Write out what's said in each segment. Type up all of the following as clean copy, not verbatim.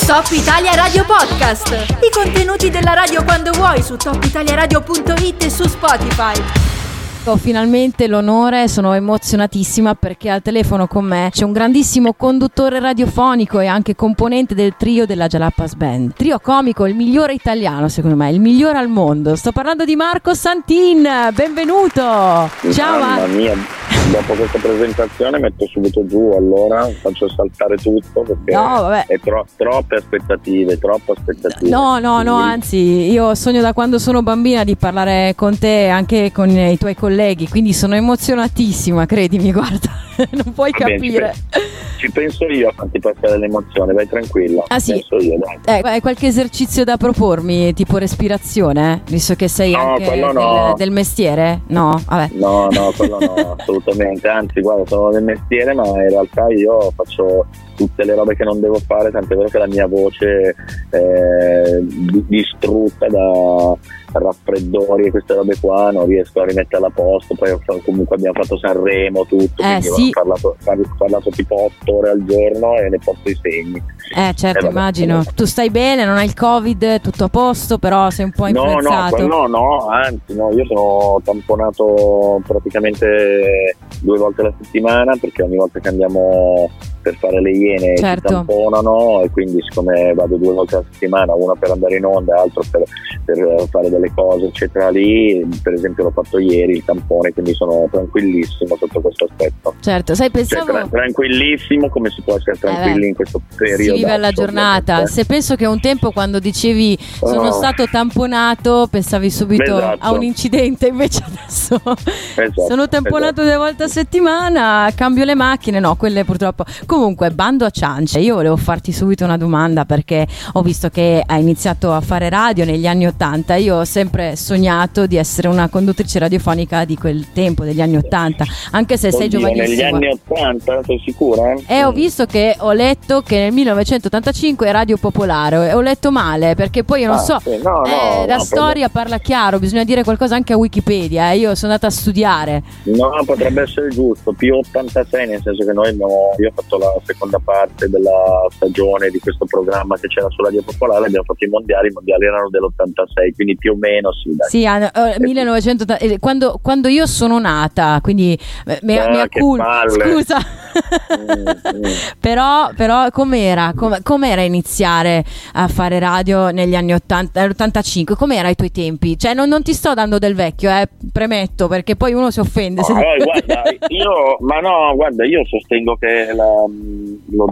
Top Italia Radio Podcast. I contenuti della radio quando vuoi su topitaliaradio.it e su Spotify. Ho finalmente l'onore, sono emozionatissima perché al telefono con me c'è un grandissimo conduttore radiofonico e anche componente del trio della Jalapas Band. Trio comico, il migliore italiano secondo me, il migliore al mondo. Sto parlando di Marco Santin, benvenuto! Ciao Mamma mia, dopo questa presentazione metto subito giù, allora faccio saltare tutto perché è troppe aspettative. No, anzi io sogno da quando sono bambina di parlare con te, anche con i tuoi colleghi, quindi sono emozionatissima, credimi, guarda, non puoi capire. Ci penso io a farti passare l'emozione, vai tranquilla. Ah sì? Penso io, dai. Hai qualche esercizio da propormi, tipo respirazione, visto che sei anche del mestiere? No, vabbè. No, quello no, assolutamente, anzi guarda, sono del mestiere, ma in realtà io faccio tutte le robe che non devo fare, tant'è vero che la mia voce è distrutta da raffreddori e queste robe qua, non riesco a rimetterla a posto. Poi comunque abbiamo fatto Sanremo, tutto, quindi sì. ho parlato tipo 8 ore al giorno e ne porto i segni. Certo, immagino. Tu stai bene, non hai il Covid, tutto a posto, però sei un po' influenzato. No, anzi no, io sono tamponato praticamente 2 volte alla settimana, perché ogni volta che andiamo per fare le Iene ci tamponano, e quindi siccome vado 2 volte alla settimana, una per andare in onda e l'altro per fare delle cose eccetera, lì per esempio l'ho fatto ieri il tampone, quindi sono tranquillissimo sotto questo aspetto. Certo, sai, pensavo tranquillissimo, come si può essere tranquilli in questo periodo. Si vive alla giornata. Se penso che un tempo quando dicevi sono stato tamponato pensavi subito a un incidente, invece adesso sono tamponato 2 volte a settimana, cambio le macchine, no, quelle purtroppo. Comunque, bando a ciance, io volevo farti subito una domanda, perché ho visto che hai iniziato a fare radio negli anni 80. Io ho sempre sognato di essere una conduttrice radiofonica di quel tempo, degli anni 80, anche se sei giovanissima. Negli anni 80, sei sicura? Ho visto che ho letto che nel 1985 è Radio Popolare, ho letto male, perché poi io non so, la storia parla chiaro, bisogna dire qualcosa anche a Wikipedia, io sono andata a studiare. No, potrebbe essere giusto, più 86, nel senso che io ho fatto la seconda parte della stagione di questo programma che c'era su Radio Popolare, abbiamo fatto i mondiali erano dell'86, quindi più o meno sì, dai. Sì, 1980, quando io sono nata, quindi scusa. Però com'era iniziare a fare radio negli anni 80, 85? Com'era ai tuoi tempi? Cioè non ti sto dando del vecchio, premetto, perché poi uno si offende. Guarda, io sostengo che lo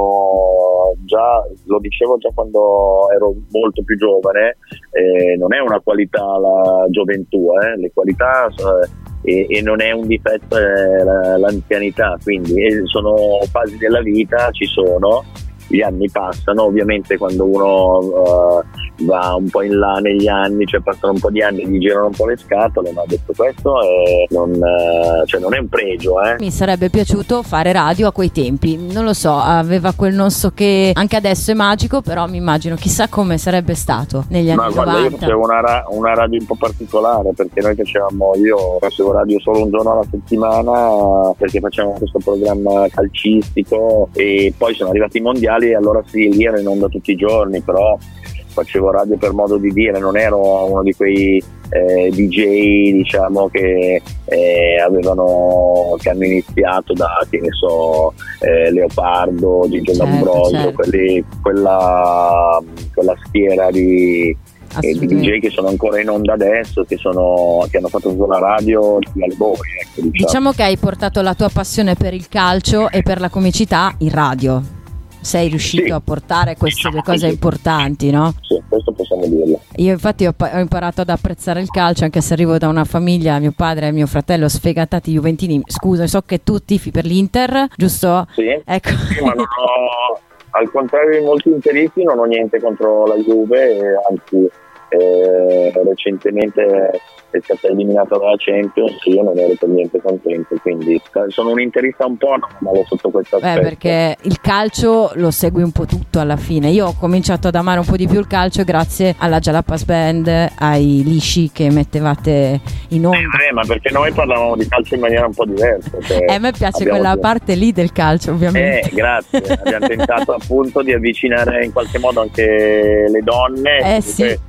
dicevo già quando ero molto più giovane, non è una qualità la gioventù, le qualità e non è un difetto l'anzianità, quindi sono fasi della vita, ci sono, gli anni passano, ovviamente quando uno va un po' in là negli anni, cioè passano un po' di anni, gli girano un po' le scatole, ma detto questo non è un pregio. Mi sarebbe piaciuto fare radio a quei tempi, non lo so, aveva quel non so che anche adesso è magico, però mi immagino chissà come sarebbe stato negli anni 90. Io facevo una radio un po' particolare, perché io facevo radio solo un giorno alla settimana, perché facevamo questo programma calcistico, e poi sono arrivati i mondiali e allora sì, lì ero in onda tutti i giorni, però facevo radio per modo di dire, non ero uno di quei DJ, diciamo, che hanno iniziato da, che ne so, Leopardo, Gigi D'Ambrosio, quella schiera di DJ che sono ancora in onda adesso, che hanno fatto sulla radio di albori, diciamo che hai portato la tua passione per il calcio e per la comicità in radio. Sei riuscito a portare queste due cose importanti, no? Sì, questo possiamo dirlo. Io infatti ho imparato ad apprezzare il calcio, anche se arrivo da una famiglia, mio padre e mio fratello sfegatati juventini. Scusa, so che tu tifi per l'Inter, giusto? Sì, ecco. Sì, ma al contrario di molti interisti non ho niente contro la Juve, anzi recentemente è stata eliminata dalla Champions, io non ero per niente contento, quindi sono un interista un po' anomalo sotto questo aspetto. Perché il calcio lo segui un po' tutto alla fine. Io ho cominciato ad amare un po' di più il calcio grazie alla Jalapas Band, ai lisci che mettevate in onda. Ma perché noi parlavamo di calcio in maniera un po' diversa. A me piace quella parte lì del calcio, ovviamente. Grazie, abbiamo tentato appunto di avvicinare in qualche modo anche le donne. Sì.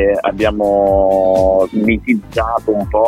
Abbiamo tentato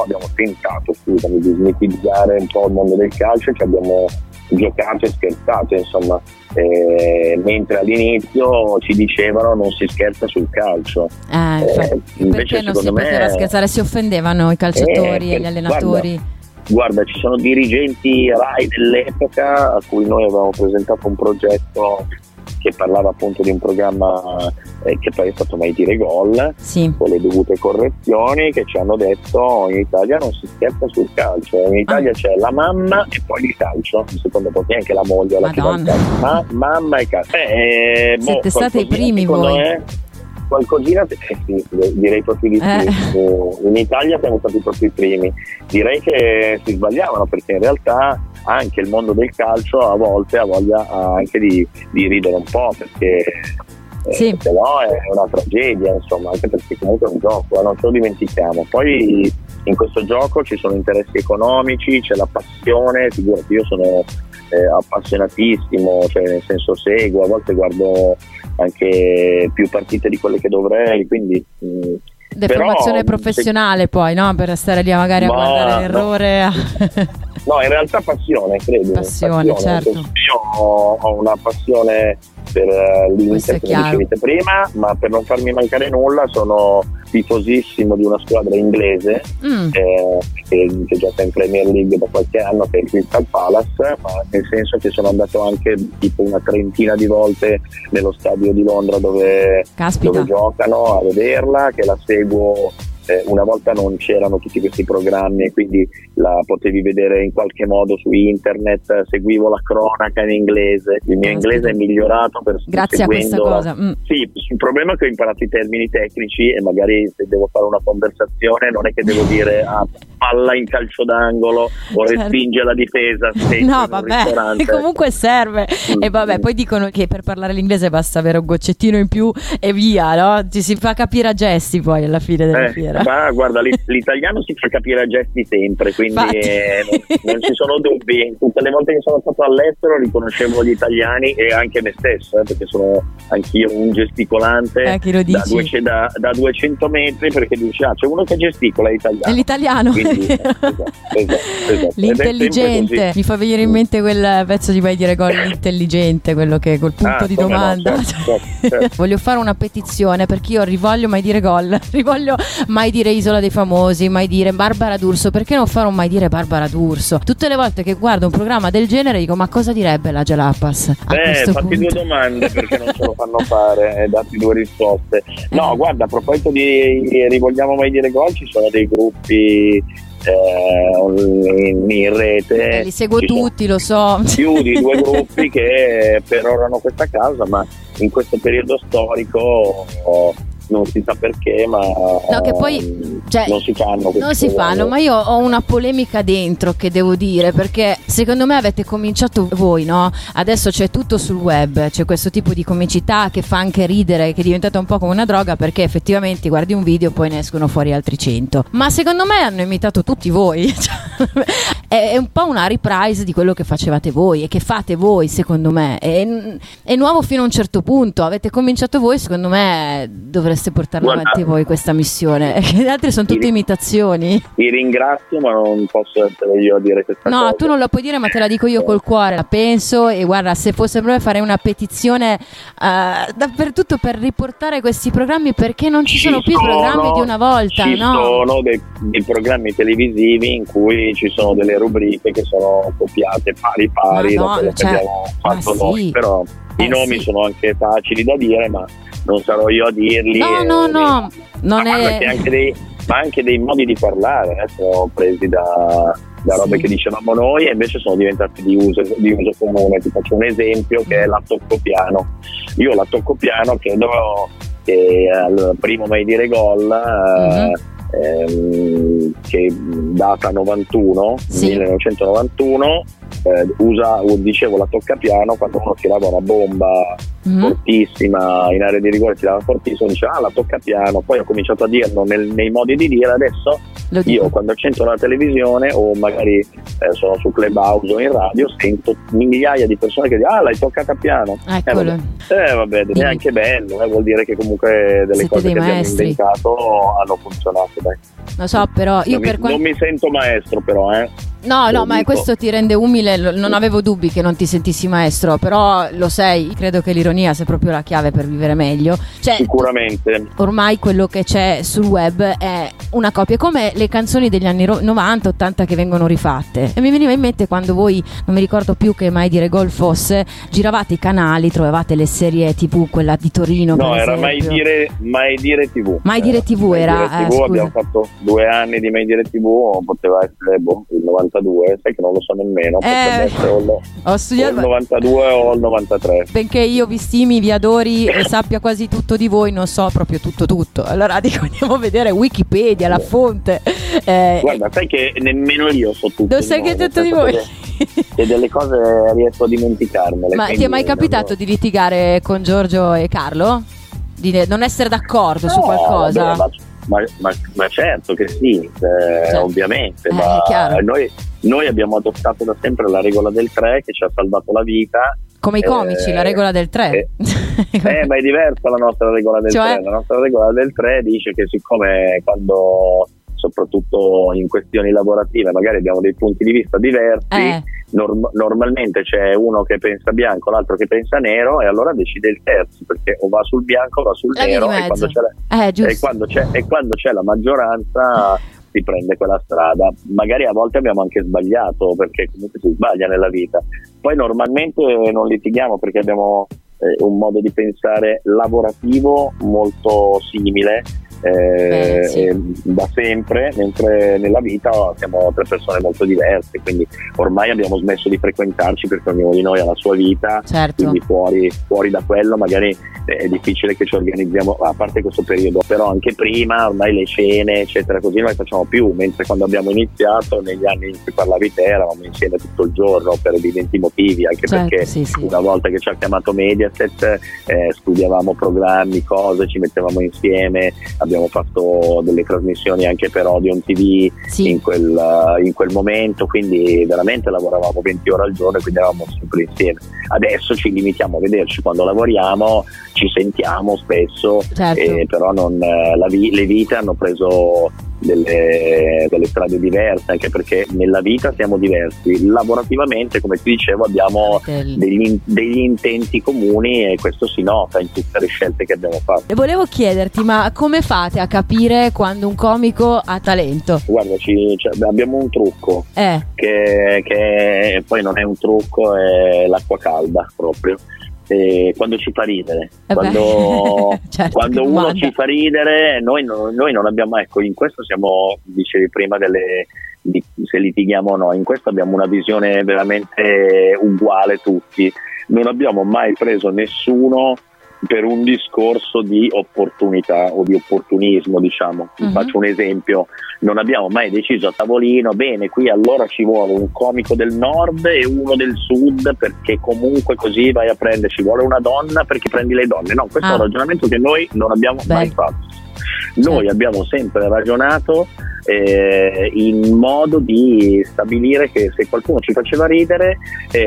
di smitizzare un po' il mondo del calcio, ci abbiamo giocato e scherzato, insomma, mentre all'inizio ci dicevano non si scherza sul calcio. Perché non si poteva scherzare? Si offendevano i calciatori e gli allenatori? Guarda, ci sono dirigenti Rai dell'epoca a cui noi avevamo presentato un progetto che parlava appunto di un programma che poi è stato Mai Dire Gol, con le dovute correzioni, che ci hanno detto in Italia non si scherza sul calcio, in Italia c'è la mamma e poi il calcio, secondo me neanche la moglie alla mamma e calcio. Siete stati i primi voi. Qualcosina sì, direi proprio di più. In Italia siamo stati proprio i primi. Direi che si sbagliavano, perché in realtà anche il mondo del calcio a volte ha voglia anche di ridere un po', perché però è una tragedia, insomma, anche perché comunque è un gioco, non ce lo dimentichiamo. Poi in questo gioco ci sono interessi economici, c'è la passione, figurati, io sono appassionatissimo, cioè nel senso seguo, a volte guardo anche più partite di quelle che dovrei, quindi deformazione professionale poi, no? Per stare lì magari a guardare l'errore. No, in realtà passione, credo. Passione, certo. Io ho una passione per l'Inter, come dicevate prima, ma per non farmi mancare nulla sono tifosissimo di una squadra inglese che gioca in Premier League da qualche anno, che è il Crystal Palace, ma nel senso che sono andato anche tipo una trentina di volte nello stadio di Londra dove giocano a vederla, che la seguo. Una volta non c'erano tutti questi programmi e quindi la potevi vedere in qualche modo su internet, seguivo la cronaca in inglese, il mio inglese è migliorato grazie a questa cosa. Sì, il problema è che ho imparato i termini tecnici e magari se devo fare una conversazione non è che devo dire palla in calcio d'angolo o respinge la difesa. No, vabbè, comunque serve. E vabbè, poi dicono che per parlare l'inglese basta avere un goccettino in più e via, no? Ci si fa capire a gesti poi alla fine della fiera. Ma guarda, l'italiano si fa capire a gesti sempre, quindi non ci sono dubbi. Tutte le volte che sono stato all'estero riconoscevo gli italiani e anche me stesso, perché sono anch'io un gesticolante da 200 metri, perché dici c'è uno che gesticola, è italiano. Quindi, esatto. L'intelligente, mi fa venire in mente quel pezzo di Mai Dire Gol, l'intelligente, quello che col punto di domanda. Certo. Voglio fare una petizione, perché io rivoglio Mai Dire Gol, rivoglio Mai Dire Isola dei Famosi, Mai Dire Barbara D'Urso. Perché non fare un Mai Dire Barbara D'Urso? Tutte le volte che guardo un programma del genere dico: ma cosa direbbe la Jalapas? Fatti due domande, perché non ce lo fanno fare e datti due risposte. No, guarda, a proposito di rivogliamo Mai Dire Gol, ci sono dei gruppi in rete, li seguo tutti, lo so, più di 2 gruppi che perorano questa causa, ma in questo periodo storico non si sa perché, ma no, che poi non si fanno, ma io ho una polemica dentro che devo dire, perché secondo me avete cominciato voi, no? Adesso c'è tutto sul web, c'è questo tipo di comicità che fa anche ridere, che è diventata un po' come una droga, perché effettivamente guardi un video poi ne escono fuori altri 100, ma secondo me hanno imitato tutti voi. È un po' una reprise di quello che facevate voi e che fate voi, secondo me è nuovo fino a un certo punto. Avete cominciato voi, secondo me dovreste portarla avanti voi questa missione. Gli altri sono tutte imitazioni. Ti ringrazio, ma non posso essere io a dire questa cosa. No, tu non la puoi dire, ma te la dico io col cuore, la penso. E guarda, se fosse per me farei una petizione dappertutto per riportare questi programmi, perché non ci sono più programmi di una volta. Ci sono dei programmi televisivi in cui ci sono delle rubriche che sono copiate pari da quello che abbiamo fatto noi, però i nomi sono anche facili da dire, ma non sarò io a dirli. No, non è anche dei modi di parlare sono presi da robe che dicevamo noi e invece sono diventati di uso comune. Ti faccio un esempio che è l'attaccopiano. Io l'attaccopiano credo che al primo Mai Dire Gol, che data 91, sì. 1991, dicevo la toccapiano quando uno tirava una bomba fortissima in area di rigore, tirava fortissimo, diceva la toccapiano. Poi ho cominciato a dirlo nei modi di dire. Adesso io quando accendo la televisione o magari sono su Clubhouse o in radio, sento migliaia di persone che dicono l'hai toccata piano. Vabbè, è anche bello, vuol dire che comunque delle siete cose che maestri. abbiamo inventato hanno funzionato, dai. Lo so, però io non mi sento maestro, però No, ma questo ti rende umile, non avevo dubbi che non ti sentissi maestro, però lo sei, credo che l'ironia sia proprio la chiave per vivere meglio. Sicuramente. Ormai quello che c'è sul web è una copia, come le canzoni degli anni 90-80 che vengono rifatte. E mi veniva in mente quando voi, non mi ricordo più che Mai Dire Gol fosse, giravate i canali, trovavate le serie TV, quella di Torino. No, per era esempio. Mai Dire TV. Mai Dire TV era. Abbiamo fatto 2 anni di Mai Dire TV, poteva essere il 92, sai che non lo so nemmeno, potrebbe essere ho studiato o il 92 o il 93. Benché io vi stimi, vi adori e sappia quasi tutto di voi, non so proprio tutto. Allora dico, andiamo a vedere Wikipedia, la fonte. Guarda, sai che nemmeno io so tutto. Non sai che tutto di voi. E delle cose riesco a dimenticarmele. Ma ti è mai capitato di litigare con Giorgio e Carlo? Di non essere d'accordo su qualcosa? Ma certo che sì, ovviamente. Ma noi abbiamo adottato da sempre la regola del 3 che ci ha salvato la vita. Come i comici, la regola del 3. Ma è diversa la nostra regola del 3. La nostra regola del 3 dice che siccome quando, soprattutto in questioni lavorative, magari abbiamo dei punti di vista diversi, normalmente c'è uno che pensa bianco, l'altro che pensa nero, e allora decide il terzo, perché o va sul bianco o va sul nero, e quando c'è la maggioranza si prende quella strada. Magari a volte abbiamo anche sbagliato, perché comunque si sbaglia nella vita. Poi normalmente non litighiamo perché abbiamo un modo di pensare lavorativo molto simile, da sempre, mentre nella vita siamo 3 persone molto diverse, quindi ormai abbiamo smesso di frequentarci perché ognuno di noi ha la sua vita, quindi fuori da quello magari è difficile che ci organizziamo, a parte questo periodo, però anche prima ormai le cene eccetera così non le facciamo più, mentre quando abbiamo iniziato negli anni in cui parlavi te eravamo insieme tutto il giorno per evidenti motivi, anche perché una volta che ci ha chiamato Mediaset studiavamo programmi, cose, ci mettevamo insieme, abbiamo fatto delle trasmissioni anche per Odeon TV in quel momento, quindi veramente lavoravamo 20 ore al giorno e quindi eravamo sempre insieme. Adesso ci limitiamo a vederci quando lavoriamo, ci sentiamo spesso, però le vite hanno preso delle strade diverse, anche perché nella vita siamo diversi, lavorativamente come ti dicevo abbiamo degli intenti comuni e questo si nota in tutte le scelte che abbiamo fatto. E volevo chiederti, ma come fate a capire quando un comico ha talento? Guarda, abbiamo un trucco che poi non è un trucco, è l'acqua calda proprio. Quando ci fa ridere, quando uno ci fa ridere, noi non abbiamo, ecco, in questo siamo, dicevi prima se litighiamo o no, in questo abbiamo una visione veramente uguale tutti, non abbiamo mai preso nessuno per un discorso di opportunità o di opportunismo, diciamo. Faccio un esempio: non abbiamo mai deciso a tavolino, bene, qui allora ci vuole un comico del nord e uno del sud, perché comunque così vai a prendere, ci vuole una donna perché prendi le donne. No, questo è un ragionamento che noi non abbiamo mai fatto. Noi abbiamo sempre ragionato in modo di stabilire che se qualcuno ci faceva ridere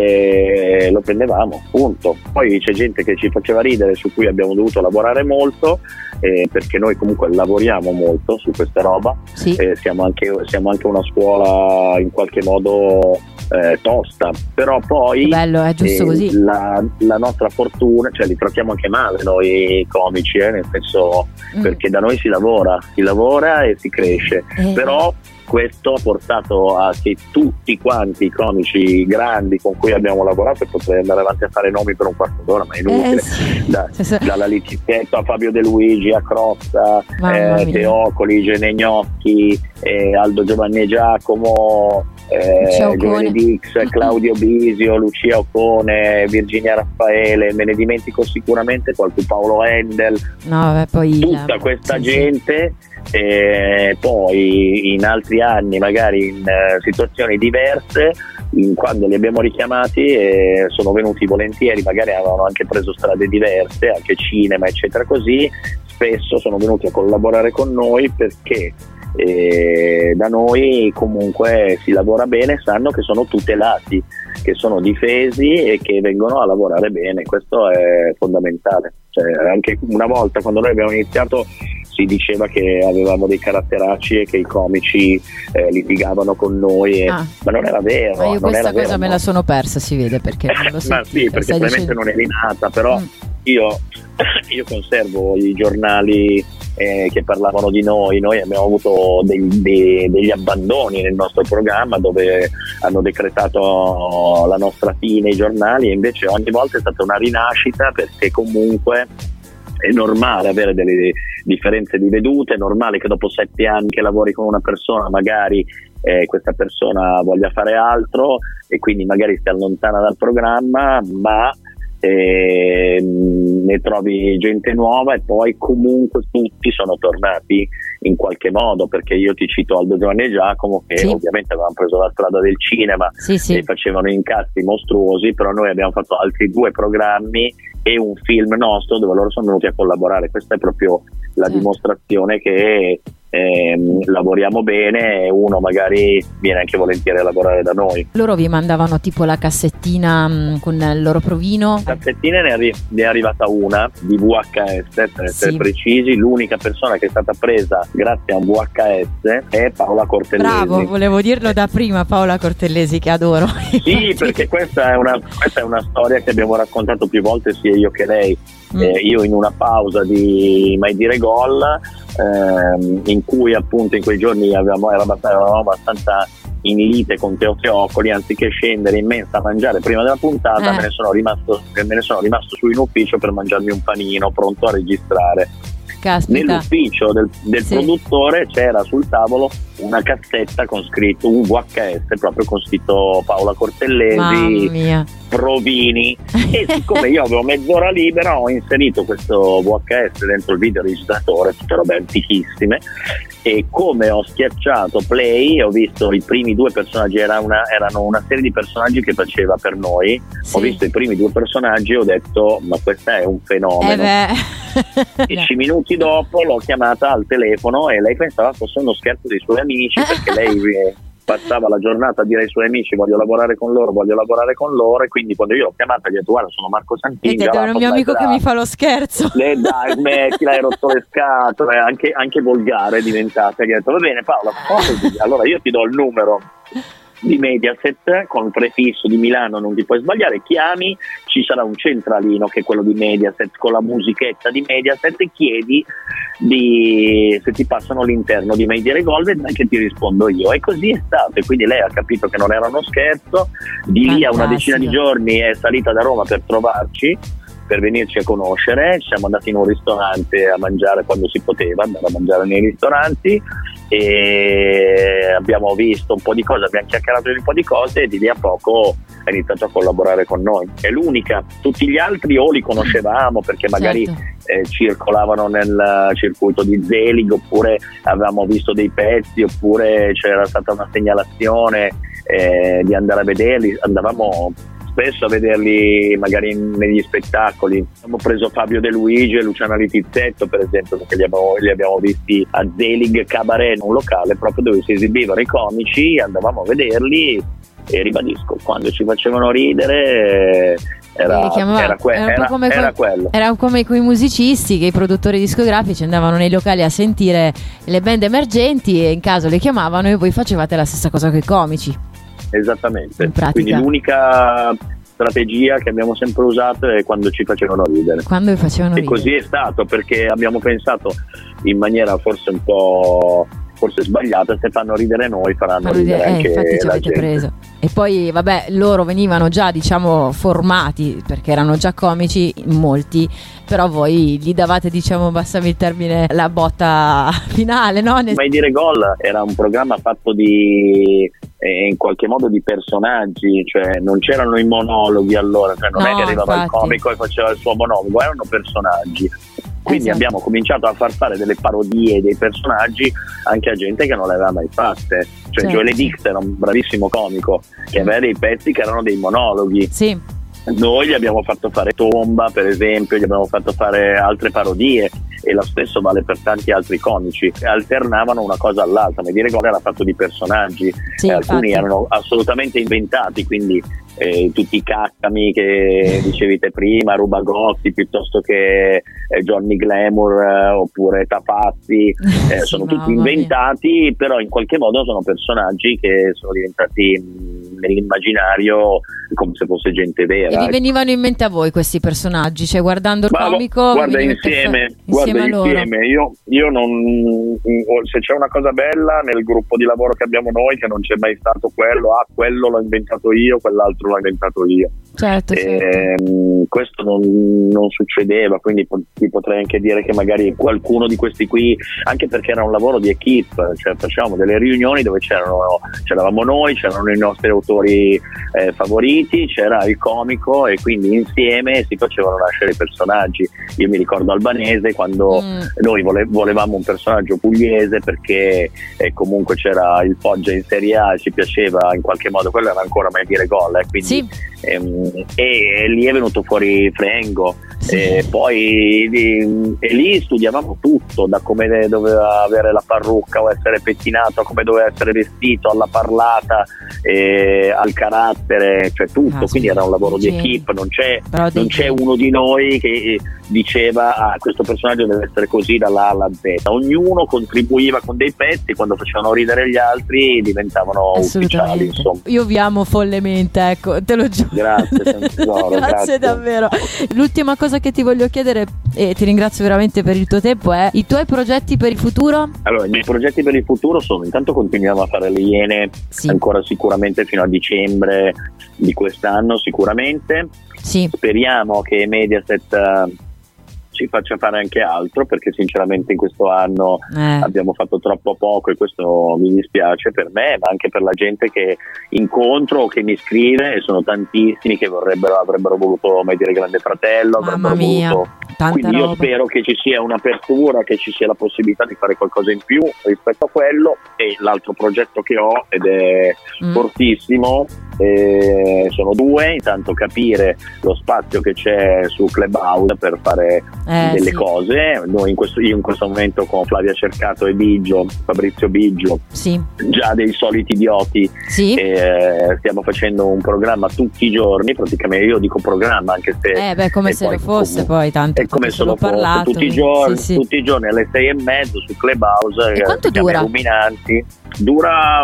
lo prendevamo, punto. Poi c'è gente che ci faceva ridere, su cui abbiamo dovuto lavorare molto, perché noi comunque lavoriamo molto su questa roba, siamo anche una scuola in qualche modo tosta, però poi bello, è giusto così. La nostra fortuna, cioè li trattiamo anche male noi comici, nel senso, perché da noi si lavora e si cresce, però questo ha portato a che tutti quanti i comici grandi con cui abbiamo lavorato, e potrei andare avanti a fare nomi per un quarto d'ora, ma è inutile, dalla Litichetto a Fabio De Luigi a Crozza, Teocoli, Gene Gnocchi, Aldo Giovanni e Giacomo, Giovanni Dix, Claudio Bisio, Lucia Occone, Virginia Raffaele, me ne dimentico sicuramente qualche, Paolo Endel, poi tutta questa gente. Poi in altri anni, magari in situazioni diverse, quando li abbiamo richiamati sono venuti volentieri, magari avevano anche preso strade diverse, anche cinema eccetera, così spesso sono venuti a collaborare con noi perché da noi comunque si lavora bene, sanno che sono tutelati, che sono difesi e che vengono a lavorare bene. Questo è fondamentale. Anche una volta quando noi abbiamo iniziato si diceva che avevamo dei caratteracci e che i comici litigavano con noi, ma non era vero. Ma io questa cosa me la sono persa, si vede, perché non lo ma sì, perché probabilmente non è rinata, però io conservo i giornali che parlavano di noi abbiamo avuto degli abbandoni nel nostro programma dove hanno decretato la nostra fine i giornali, e invece ogni volta è stata una rinascita, perché comunque è normale avere delle differenze di vedute, è normale che dopo 7 anni che lavori con una persona magari questa persona voglia fare altro e quindi magari si allontana dal programma, ma ne trovi gente nuova e poi comunque tutti sono tornati in qualche modo, perché io ti cito Aldo, Giovanni e Giacomo che ovviamente avevano preso la strada del cinema e facevano incassi mostruosi, però noi abbiamo fatto altri 2 programmi e un film nostro dove loro sono venuti a collaborare. Questa è proprio la dimostrazione che lavoriamo bene e uno magari viene anche volentieri a lavorare da noi. Loro vi mandavano tipo la cassettina con il loro provino? Cassettine ne è arrivata una di VHS, per essere precisi. L'unica persona che è stata presa grazie a un VHS è Paola Cortellesi. Bravo, volevo dirlo da prima, Paola Cortellesi, che adoro. Sì, perché questa è una storia che abbiamo raccontato più volte sia io che lei. Io in una pausa di Mai Dire Gol, in cui appunto in quei giorni eravamo abbastanza in lite con Teo Teocoli, anziché scendere in mensa a mangiare prima della puntata me ne sono rimasto su in ufficio per mangiarmi un panino pronto a registrare. Caspita. Nell'ufficio del produttore c'era sul tavolo una cassetta con scritto un VHS proprio con scritto Paola Cortellesi, Provini, e siccome io avevo mezz'ora libera ho inserito questo VHS dentro il videoregistratore, tutte robe antichissime, e come ho schiacciato play ho visto i primi 2 personaggi, erano una serie di personaggi che faceva per noi, ho visto i primi 2 personaggi e ho detto ma questa è un fenomeno. 10 minuti dopo l'ho chiamata al telefono e lei pensava fosse uno scherzo dei suoi amici, perché lei passava la giornata a dire ai suoi amici voglio lavorare con loro, e quindi quando io l'ho chiamata gli ho detto guarda sono Marco Santini, è un mio amico che mi fa lo scherzo, dai smettila, hai rotto le scatole, anche volgare è diventata, gli ho detto va bene Paola, allora io ti do il numero di Mediaset con il prefisso di Milano, non ti puoi sbagliare, chiami, ci sarà un centralino che è quello di Mediaset con la musichetta di Mediaset e chiedi se ti passano all'interno di Mai Dire Gol, e che ti rispondo io, e così è stato. E quindi lei ha capito che non era uno scherzo, di lì a una decina di giorni è salita da Roma per trovarci, per venirci a conoscere. Ci siamo andati in un ristorante a mangiare quando si poteva andare a mangiare nei ristoranti e abbiamo visto un po' di cose, abbiamo chiacchierato di un po' di cose e di lì a poco ha iniziato a collaborare con noi. È l'unica, tutti gli altri o li conoscevamo perché magari circolavano nel circuito di Zelig, oppure avevamo visto dei pezzi, oppure c'era stata una segnalazione di andare a vederli, andavamo spesso a vederli magari negli spettacoli. Abbiamo preso Fabio De Luigi e Luciana Litizzetto per esempio, perché li abbiamo visti a Zelig Cabaret, un locale proprio dove si esibivano i comici, andavamo a vederli e ribadisco, quando ci facevano ridere era quello. Era come con i musicisti, che i produttori discografici andavano nei locali a sentire le band emergenti e in caso le chiamavano e voi facevate la stessa cosa con i comici. Esattamente, quindi l'unica strategia che abbiamo sempre usato è quando ci facevano ridere. E così è stato, perché abbiamo pensato in maniera forse un po' forse sbagliata, se fanno ridere noi faranno ridere anche infatti ci la avete gente. preso. E poi vabbè, loro venivano già, diciamo, formati, perché erano già comici molti, però voi gli davate, diciamo, passami il termine, la botta finale, no? Mai dire gol era un programma fatto di in qualche modo di personaggi, cioè non c'erano i monologhi, allora, cioè non è che arrivava il comico e faceva il suo monologo, erano personaggi. Quindi abbiamo cominciato a far fare delle parodie dei personaggi anche a gente che non le aveva mai fatte. Cioè Joel Dix era un bravissimo comico che aveva dei pezzi che erano dei monologhi. Sì. Noi gli abbiamo fatto fare Tomba, per esempio, gli abbiamo fatto fare altre parodie, e lo stesso vale per tanti altri comici. Alternavano una cosa all'altra. Mai dire gol era fatto di personaggi, alcuni erano assolutamente inventati, quindi tutti i caccami che dicevi te prima, Rubagotti piuttosto che Johnny Glamour oppure Tafazzi, sono tutti inventati, però in qualche modo sono personaggi che sono diventati nell'immaginario come se fosse gente vera. E vi venivano in mente a voi questi personaggi? Cioè guardando il comico? Guarda insieme io non, se c'è una cosa bella nel gruppo di lavoro che abbiamo noi, che non c'è mai stato quello l'ho inventato io, quell'altro l'ho inventato io. Certo. Questo non succedeva, quindi ti potrei anche dire che magari qualcuno di questi qui, anche perché era un lavoro di equipe, cioè facevamo delle riunioni dove c'eravamo noi, c'erano i nostri autori favoriti, c'era il comico, e quindi insieme si facevano nascere i personaggi. Io mi ricordo Albanese, quando noi volevamo un personaggio pugliese perché comunque c'era il Foggia in Serie A, ci piaceva in qualche modo, quello era ancora mai dire gol, quindi e lì è venuto fuori Frengo. Poi lì studiavamo tutto, da come doveva avere la parrucca o essere pettinato, a come doveva essere vestito, alla parlata, al carattere, cioè tutto. Quindi era un lavoro di equipe, non c'è uno di noi che diceva questo personaggio deve essere così dalla A alla Z. Ognuno contribuiva con dei pezzi, quando facevano ridere gli altri diventavano ufficiali, insomma. Io vi amo follemente, ecco, te lo giuro. Grazie, grazie davvero. L'ultima cosa che ti voglio chiedere, e ti ringrazio veramente per il tuo tempo, è i tuoi progetti per il futuro? Allora, i miei progetti per il futuro sono: intanto continuiamo a fare le Iene, ancora sicuramente fino a dicembre di quest'anno, sicuramente. Speriamo che Mediaset ci faccia fare anche altro, perché sinceramente in questo anno abbiamo fatto troppo poco, e questo mi dispiace per me, ma anche per la gente che incontro o che mi scrive, e sono tantissimi che avrebbero voluto dire Grande Fratello, mamma mia, quindi io spero che ci sia un'apertura, che ci sia la possibilità di fare qualcosa in più rispetto a quello. E l'altro progetto che ho, ed è fortissimo, sono due: intanto capire lo spazio che c'è su Clubhouse per fare delle cose. Io in questo momento con Flavia Cercato e Fabrizio Biggio, già dei soliti idioti, stiamo facendo un programma tutti i giorni, praticamente. Io dico programma anche se come se lo fosse, poi tanto è come se lo fosse tutti i giorni alle 6:30 su Clubhouse. E quanto dura? Ruminanti. Dura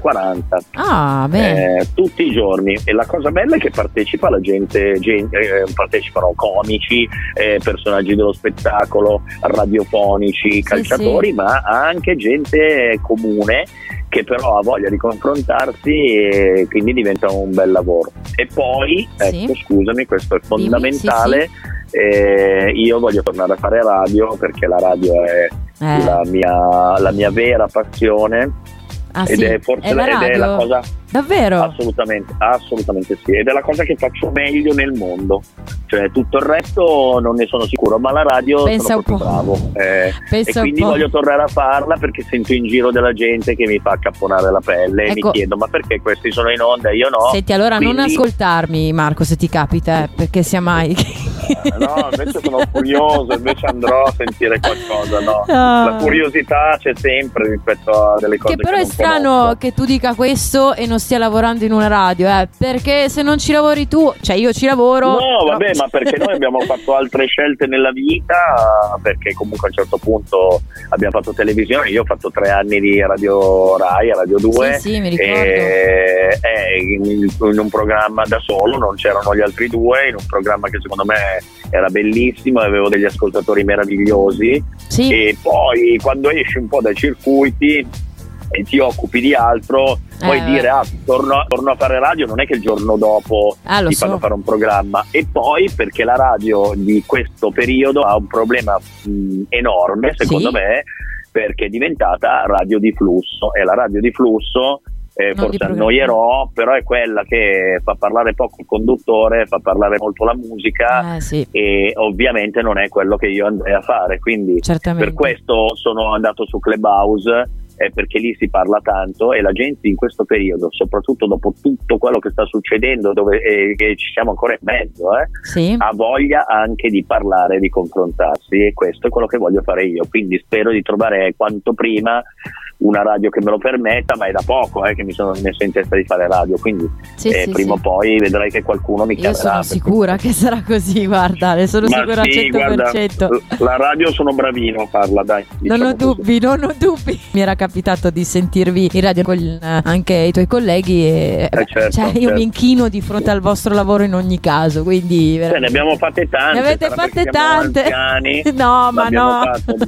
1:40. Tutti i giorni. E la cosa bella è che partecipa la gente, partecipano comici, personaggi dello spettacolo, radiofonici, calciatori, ma anche gente comune che però ha voglia di confrontarsi, e quindi diventa un bel lavoro. E poi, scusami, questo è fondamentale. Io voglio tornare a fare radio, perché la radio è la mia vera passione. Ed è forse la cosa davvero assolutamente sì, ed è la cosa che faccio meglio nel mondo. Cioè tutto il resto non ne sono sicuro, ma la radio sono proprio bravo, e quindi voglio tornare a farla, perché sento in giro della gente che mi fa accapponare la pelle, e mi chiedo: ma perché questi sono in onda e io no? Senti, allora non ascoltarmi, Marco, se ti capita, perché sia mai no, invece sono curioso, invece andrò a sentire qualcosa. La curiosità c'è sempre rispetto a delle cose che però che è strano conosco. Che tu dica questo e non stia lavorando in una radio, perché se non ci lavori tu, cioè io ci lavoro. Ma perché noi abbiamo fatto altre scelte nella vita, perché comunque a un certo punto abbiamo fatto televisione. Io ho fatto 3 anni di Radio Rai, Radio 2, mi ricordo. In un programma da solo, non c'erano gli altri due, in un programma che secondo me era bellissimo, avevo degli ascoltatori meravigliosi, sì. E poi quando esci un po' dai circuiti e ti occupi di altro, puoi dire torno a fare radio, non è che il giorno dopo ti fanno fare un programma. E poi perché la radio di questo periodo ha un problema enorme, secondo me, perché è diventata radio di flusso, e la radio di flusso forse annoierò, però è quella che fa parlare poco il conduttore, fa parlare molto la musica, e ovviamente non è quello che io andrei a fare, quindi per questo sono andato su Clubhouse, perché lì si parla tanto e la gente in questo periodo, soprattutto dopo tutto quello che sta succedendo, dove che ci siamo ancora in mezzo, ha voglia anche di parlare, di confrontarsi, e questo è quello che voglio fare io, quindi spero di trovare quanto prima una radio che me lo permetta, ma è da poco che mi sono messo in testa di fare radio, quindi prima o poi vedrai che qualcuno mi chiamerà. Io sono sicura che sarà così, guarda, ne sono sicura al 100%. Guarda, la radio sono bravino a farla, dai. Non ho dubbi. Mi era capitato di sentirvi in radio con anche i tuoi colleghi e io mi inchino di fronte al vostro lavoro in ogni caso, quindi ne abbiamo fatte tante. Ne avete fatte tante. Anziani, no, ma no.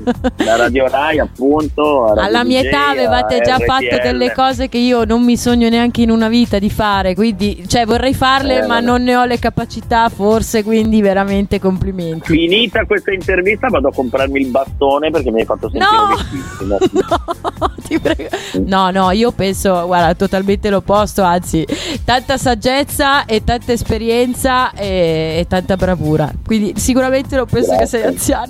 La Radio Rai, appunto, alla mia età avevate già fatto delle cose che io non mi sogno neanche in una vita di fare, quindi vorrei farle, ma non ne ho le capacità forse, quindi veramente complimenti. Finita questa intervista vado a comprarmi il bastone, perché mi hai fatto sentire vecchissimo. No, ti prego. No, io penso, guarda, totalmente l'opposto, anzi tanta saggezza e tanta esperienza e tanta bravura, quindi sicuramente non penso che sei anziano.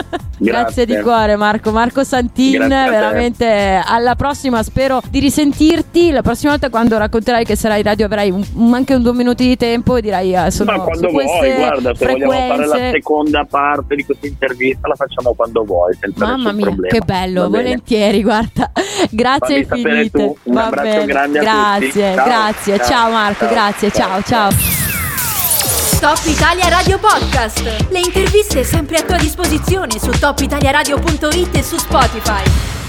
Grazie di cuore Marco Santin, veramente. Alla prossima, spero di risentirti la prossima volta, quando racconterai che sarai in radio, avrai anche 2 minuti di tempo e dirai sono ma quando vuoi, guarda, se vogliamo fare la seconda parte di questa intervista la facciamo quando vuoi, senza mamma mia, problema. che bello, volentieri, guarda, grazie infinite, un abbraccio grande a tutti. Grazie, ciao Marco, grazie, ciao. Top Italia Radio Podcast, le interviste sempre a tua disposizione su topitaliaradio.it e su Spotify.